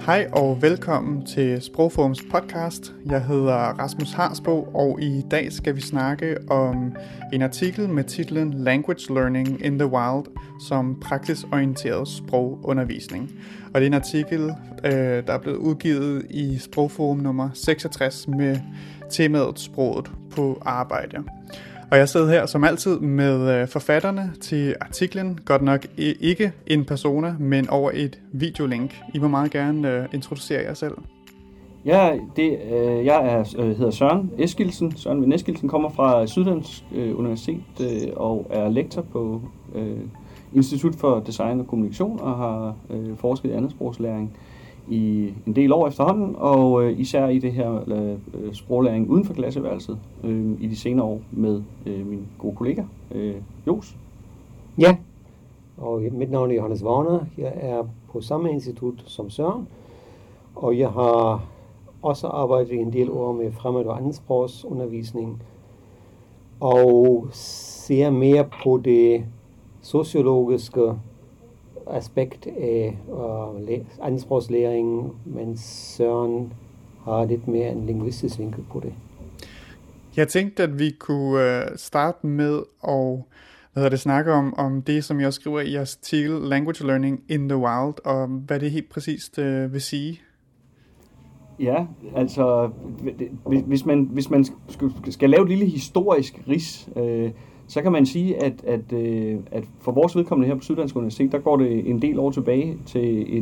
Hej og velkommen til Sprogforums podcast. Jeg hedder Rasmus Harsbo, og i dag skal vi snakke om en artikel med titlen Language Learning in the Wild som praksisorienteret sprogundervisning. Og det er en artikel, der er blevet udgivet i Sprogforum nummer 66 med temaet sproget på arbejde. Og jeg sidder her som altid med forfatterne til artiklen, godt nok ikke en persona, men over et videolink. I må meget gerne introducere jer selv. Jeg hedder Søren Eskildsen. Søren Vind Eskildsen kommer fra Syddansk Universitet og er lektor på Institut for Design og Kommunikation og har forsket i andetsprogslæring i en del år efterhånden, og især i det her sproglæring uden for klasseværelset i de senere år med min gode kollega, Jos. Ja, og mit navn er Johannes Wagner. Jeg er på samme institut som Søren, og jeg har også arbejdet en del år med fremmed- og andetsprogsundervisning, og ser mere på det sociologiske aspekt af andetsprogslæringen, mens Søren har lidt mere en lingvistisk vinkel på det. Jeg tænkte, at vi kunne starte med at snakke om det, som jeg skriver i jeres artikel Language Learning in the Wild, og hvad det helt præcist vil sige. Ja, altså hvis man skal lave et lille historisk rids, så kan man sige, at for vores vedkommende her på Syddansk Universitet, der går det en del år tilbage til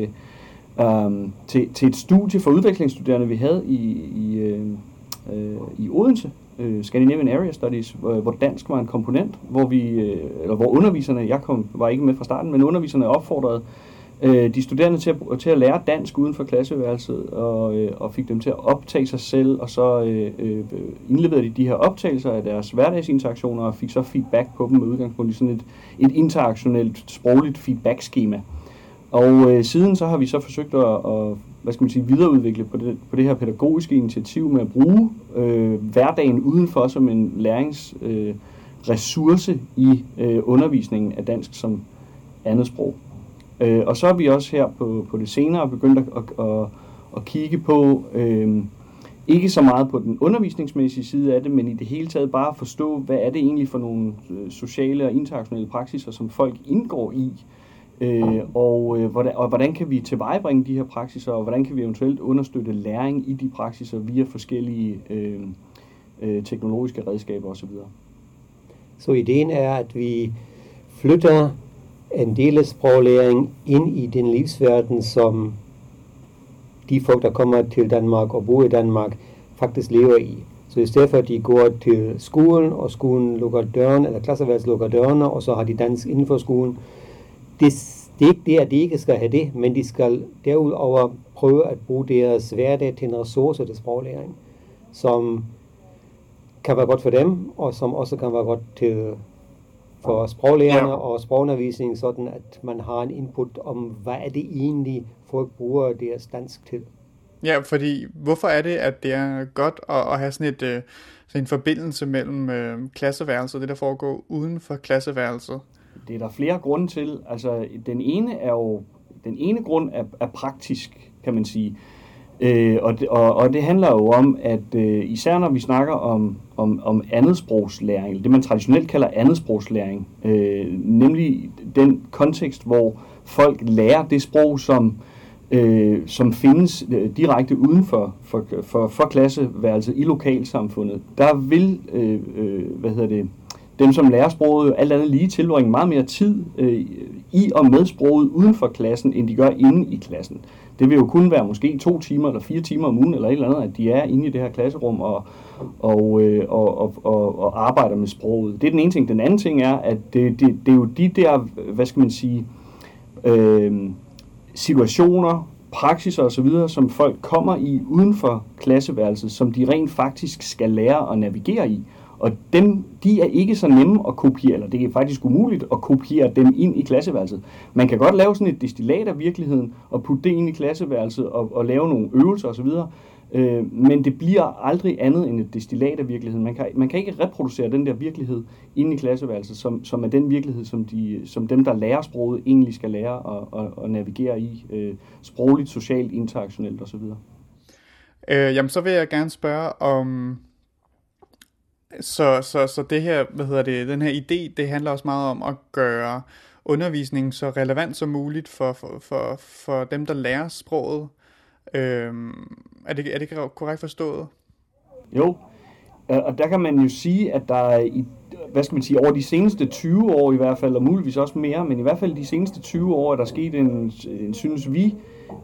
et studie for udvekslingsstuderende, vi havde i Odense, Scandinavian Area Studies, hvor dansk var en komponent, hvor underviserne, var ikke med fra starten, men underviserne opfordrede de studerende til at lære dansk uden for klasseværelset, og fik dem til at optage sig selv, og så indleverede de her optagelser af deres hverdagsinteraktioner, og fik så feedback på dem med udgangspunkt i sådan et interaktionelt, sprogligt feedback-skema. Og siden så har vi så forsøgt at videreudvikle på det her pædagogiske initiativ med at bruge hverdagen udenfor som en læringsressource i undervisningen af dansk som andet sprog. Og så er vi også her på det senere begyndt at kigge på, ikke så meget på den undervisningsmæssige side af det, men i det hele taget bare at forstå, hvad er det egentlig for nogle sociale og interaktionelle praksiser, som folk indgår i, og hvordan kan vi tilvejebringe de her praksiser, og hvordan kan vi eventuelt understøtte læring i de praksiser via forskellige teknologiske redskaber osv. Så ideen er, at vi flytter en del af sproglæring ind i den livsverden, som de folk, der kommer til Danmark og bor i Danmark, faktisk lever i. Så i stedet for, at de går til skolen, og skolen lukker døren, eller klasseværelset lukker dørene, og så har de dansk inden for skolen. Det er ikke det, at de ikke skal have det, men de skal derudover prøve at bruge deres hverdag til en ressource til sproglæring, som kan være godt for dem, og som også kan være godt for sproglærerne og sprogundervisning, sådan at man har en input om, hvad er det egentlig, folk bruger deres dansk til. Ja, fordi hvorfor er det, at det er godt at have sådan en forbindelse mellem klasseværelset og det, der foregår uden for klasseværelset? Det er der flere grunde til. Altså, den ene grund er praktisk, kan man sige. Og det handler jo om, at især når vi snakker om andetsprogslæring, det man traditionelt kalder andetsprogslæring, nemlig den kontekst, hvor folk lærer det sprog, som findes direkte uden for klasseværelset i lokalsamfundet, der vil dem, som lærer sproget, alt andet lige tilbringe meget mere tid i og med sproget uden for klassen, end de gør inde i klassen. Det vil jo kun være måske 2 timer eller 4 timer om ugen eller et eller andet, at de er inde i det her klasserum og arbejder med sproget. Det er den ene ting. Den anden ting er, at det er jo de der, situationer, praksiser osv., som folk kommer i uden for klasseværelset, som de rent faktisk skal lære at navigere i. Og de er ikke så nemme at kopiere, eller det er faktisk umuligt at kopiere dem ind i klasseværelset. Man kan godt lave sådan et destillat af virkeligheden, og putte det ind i klasseværelset, og lave nogle øvelser osv., Men det bliver aldrig andet end et destillat af virkeligheden. Man kan ikke reproducere den der virkelighed inde i klasseværelset, som er den virkelighed, som dem, der lærer sproget, egentlig skal lære at navigere i, sprogligt, socialt, interaktionelt osv. Jamen, så vil jeg gerne spørge om... Så det her, den her idé, det handler også meget om at gøre undervisningen så relevant som muligt for dem, der lærer sproget. Er det korrekt forstået? Jo, og der kan man jo sige, at der er over de seneste 20 år i hvert fald, og muligvis også mere, men i hvert fald de seneste 20 år, er der sket synes vi,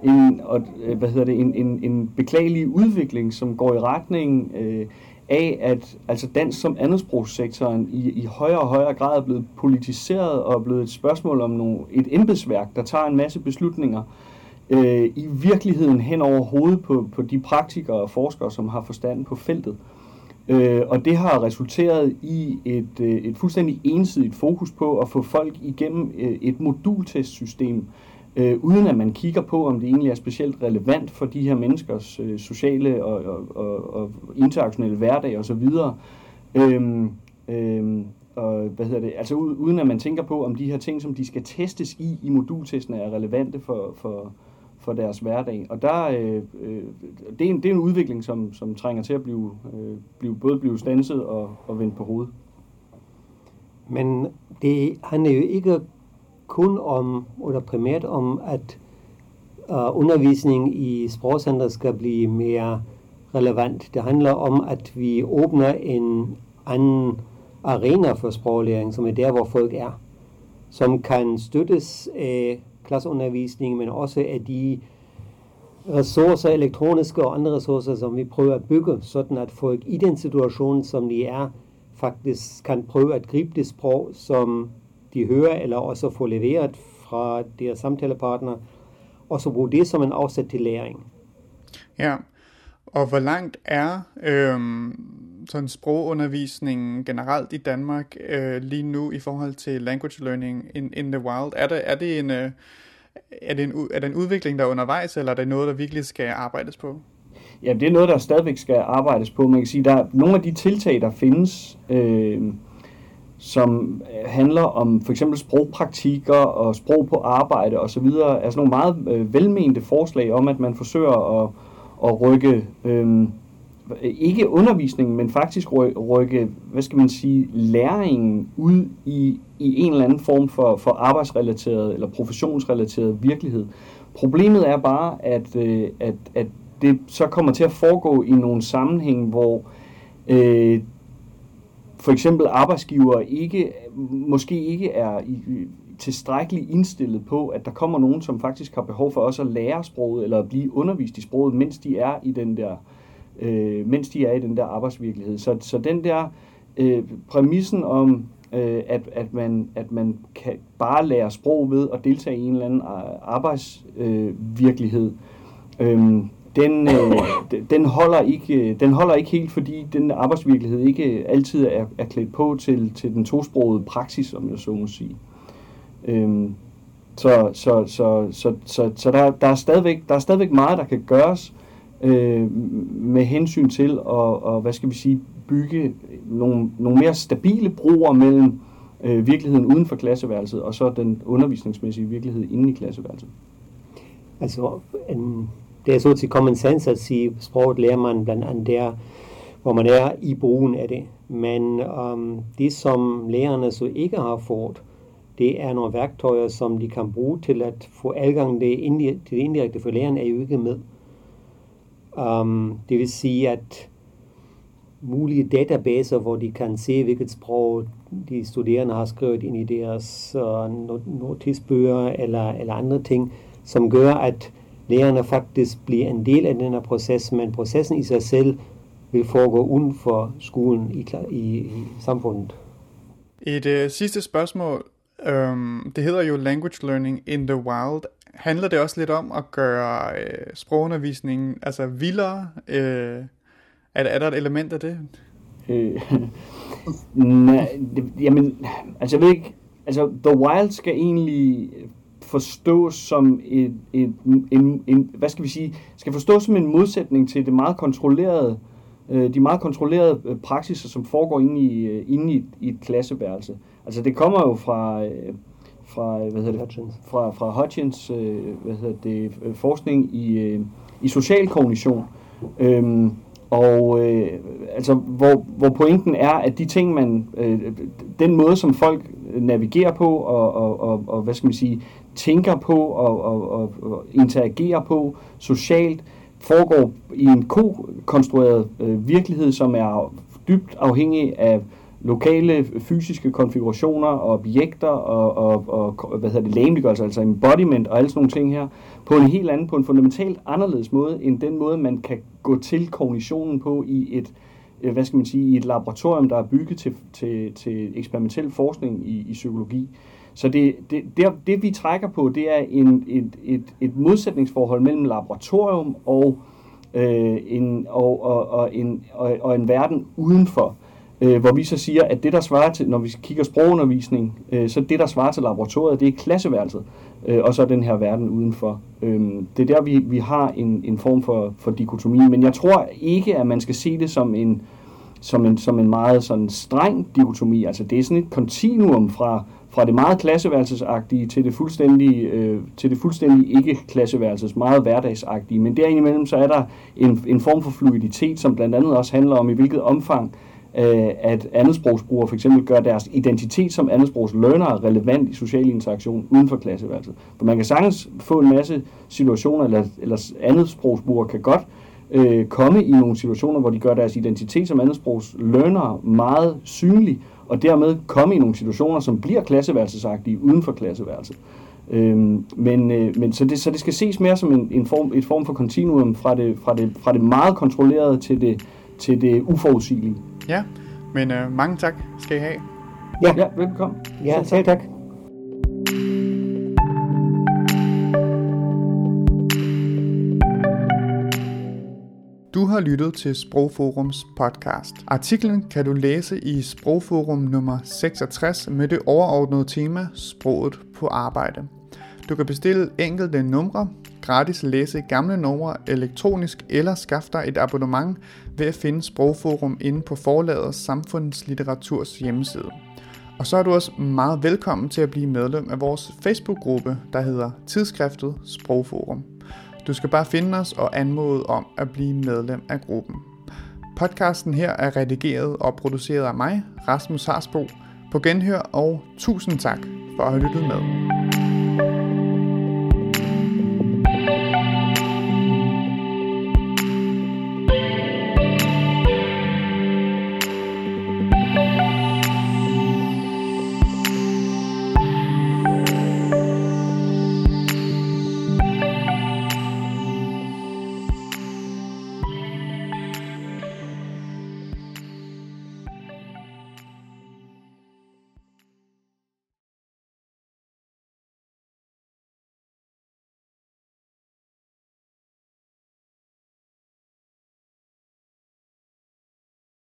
en beklagelig udvikling, som går i retning af, at altså dansk som andetsprogssektoren i højere og højere grad er blevet politiseret og er blevet et spørgsmål om et embedsværk, der tager en masse beslutninger i virkeligheden hen over hovedet på de praktikere og forskere, som har forstand på feltet. Og det har resulteret i et fuldstændig ensidigt fokus på at få folk igennem et modultestsystem, uden at man kigger på, om det egentlig er specielt relevant for de her menneskers sociale og interaktionelle hverdag osv. Altså uden at man tænker på, om de her ting, som de skal testes i modultestene, er relevante for deres hverdag. Og det er en udvikling, som trænger til at blive standset og vendt på hovedet. Men det handler jo ikke kun om, eller primært om, at undervisning i sprogcenter skal blive mere relevant. Det handler om, at vi åbner en anden arena for sproglæring, som er der, hvor folk er, som kan støttes af klasseundervisning, men også af de ressourcer, elektroniske og andre ressourcer, som vi prøver at bygge, sådan at folk i den situation, som de er, faktisk kan prøve at gribe det sprog, som de hører, eller også få leveret fra deres samtalepartner, og så bruge det som en afsæt til læring. Ja, og hvor langt er sådan sprogundervisningen generelt i Danmark lige nu i forhold til language learning in the wild? Er det en udvikling, der er undervejs, eller er det noget, der virkelig skal arbejdes på? Ja, det er noget, der stadigvæk skal arbejdes på. Man kan sige, der er nogle af de tiltag, der findes, som handler om for eksempel sprogpraktikker og sprog på arbejde osv., er sådan nogle meget velmente forslag om, at man forsøger at rykke, ikke undervisningen, men faktisk rykke, læringen ud i en eller anden form for arbejdsrelateret eller professionsrelateret virkelighed. Problemet er bare, at det så kommer til at foregå i nogle sammenhæng, hvor for eksempel arbejdsgivere måske ikke er tilstrækkeligt indstillet på, at der kommer nogen, som faktisk har behov for også at lære sproget, eller at blive undervist i sproget, mens de er i den der arbejdsvirkelighed. Så den der præmissen om, at man kan bare lære sprog ved at deltage i en eller anden arbejdsvirkelighed, den holder ikke helt, fordi den arbejdsvirkelighed ikke altid er klædt på til den tosprogede praksis, om jeg så må sige. Så der er stadigvæk meget, der kan gøres med hensyn til at bygge nogle mere stabile broer mellem virkeligheden uden for klasseværelset og så den undervisningsmæssige virkelighed inde i klasseværelset. Altså, det er så til common sense at sige, sproget lærer man blandt andet der, hvor man er i brugen af det. Men det, som lærerne så ikke har fået, det er nogle værktøjer, som de kan bruge til at få adgang til det indirekte, for lærerne er jo ikke med. Det vil sige, at mulige databaser, hvor de kan se, hvilket sprog de studerende har skrevet ind i deres notitsbøger eller andre ting, som gør, at lærerne faktisk bliver en del af den her proces, men processen i sig selv vil foregå uden for skolen i samfundet. Et sidste spørgsmål. Det hedder jo Language Learning in the Wild. Handler det også lidt om at gøre sprogundervisningen vildere? Er der et element af det? Nej, jamen, altså jeg ved ikke, altså The Wild skal egentlig forstås som hvad skal vi sige, skal forstås som en modsætning til det meget kontrollerede, de meget kontrollerede praksiser, som foregår inde i et klasseværelse. Altså det kommer jo fra Hutchins forskning i social kognition. Altså hvor pointen er, at de ting den måde som folk navigerer på og hvad skal man sige, tænker på og interagerer på socialt, foregår i en konstrueret virkelighed, som er dybt afhængig af lokale fysiske konfigurationer og objekter og legemliggørelse, altså embodiment og alle sådan nogle ting her, på en helt anden, på en fundamentalt anderledes måde, end den måde, man kan gå til kognitionen på i et, i et laboratorium, der er bygget til eksperimentel forskning i psykologi. Så det vi trækker på, det er et modsætningsforhold mellem laboratorium og en verden udenfor. Hvor vi så siger, at det, der svarer til, når vi kigger sprogundervisning, så det, der svarer til laboratoriet, det er klasseværelset, og så den her verden udenfor. Det er der, vi har en form for dikotomi, men jeg tror ikke, at man skal se det som en meget sådan streng dikotomi. Altså det er sådan et kontinuum fra det meget klasseværelsesagtige til det fuldstændig ikke-klasseværelses, meget hverdagsagtige. Men derimellem så er der en form for fluiditet, som blandt andet også handler om, i hvilket omfang at andetsprogsbrugere for eksempel gør deres identitet som andetsprogslearnere relevant i social interaktion uden for klasseværelset. For man kan sagtens få en masse situationer, eller andetsprogsbrugere kan godt komme i nogle situationer, hvor de gør deres identitet som andetsprogslearnere meget synlig, og dermed komme i nogle situationer, som bliver klasseværelsesagtige uden for klasseværelset. Men så det skal ses mere som et form for kontinuum fra det meget kontrollerede til det uforudsigelige. Ja, men mange tak skal I have. Ja, velkommen. Ja, selv tak. Du har lyttet til Sprogforums podcast. Artiklen kan du læse i Sprogforum nummer 66 med det overordnede tema Sproget på arbejde. Du kan bestille enkelte numre, gratis læse gamle numre elektronisk eller skaffe dig et abonnement ved at finde Sprogforum inde på forlaget Samfundslitteraturs hjemmeside. Og så er du også meget velkommen til at blive medlem af vores Facebook-gruppe, der hedder Tidsskriftet Sprogforum. Du skal bare finde os og anmode om at blive medlem af gruppen. Podcasten her er redigeret og produceret af mig, Rasmus Harsbo. På genhør, og tusind tak for at have lyttet med.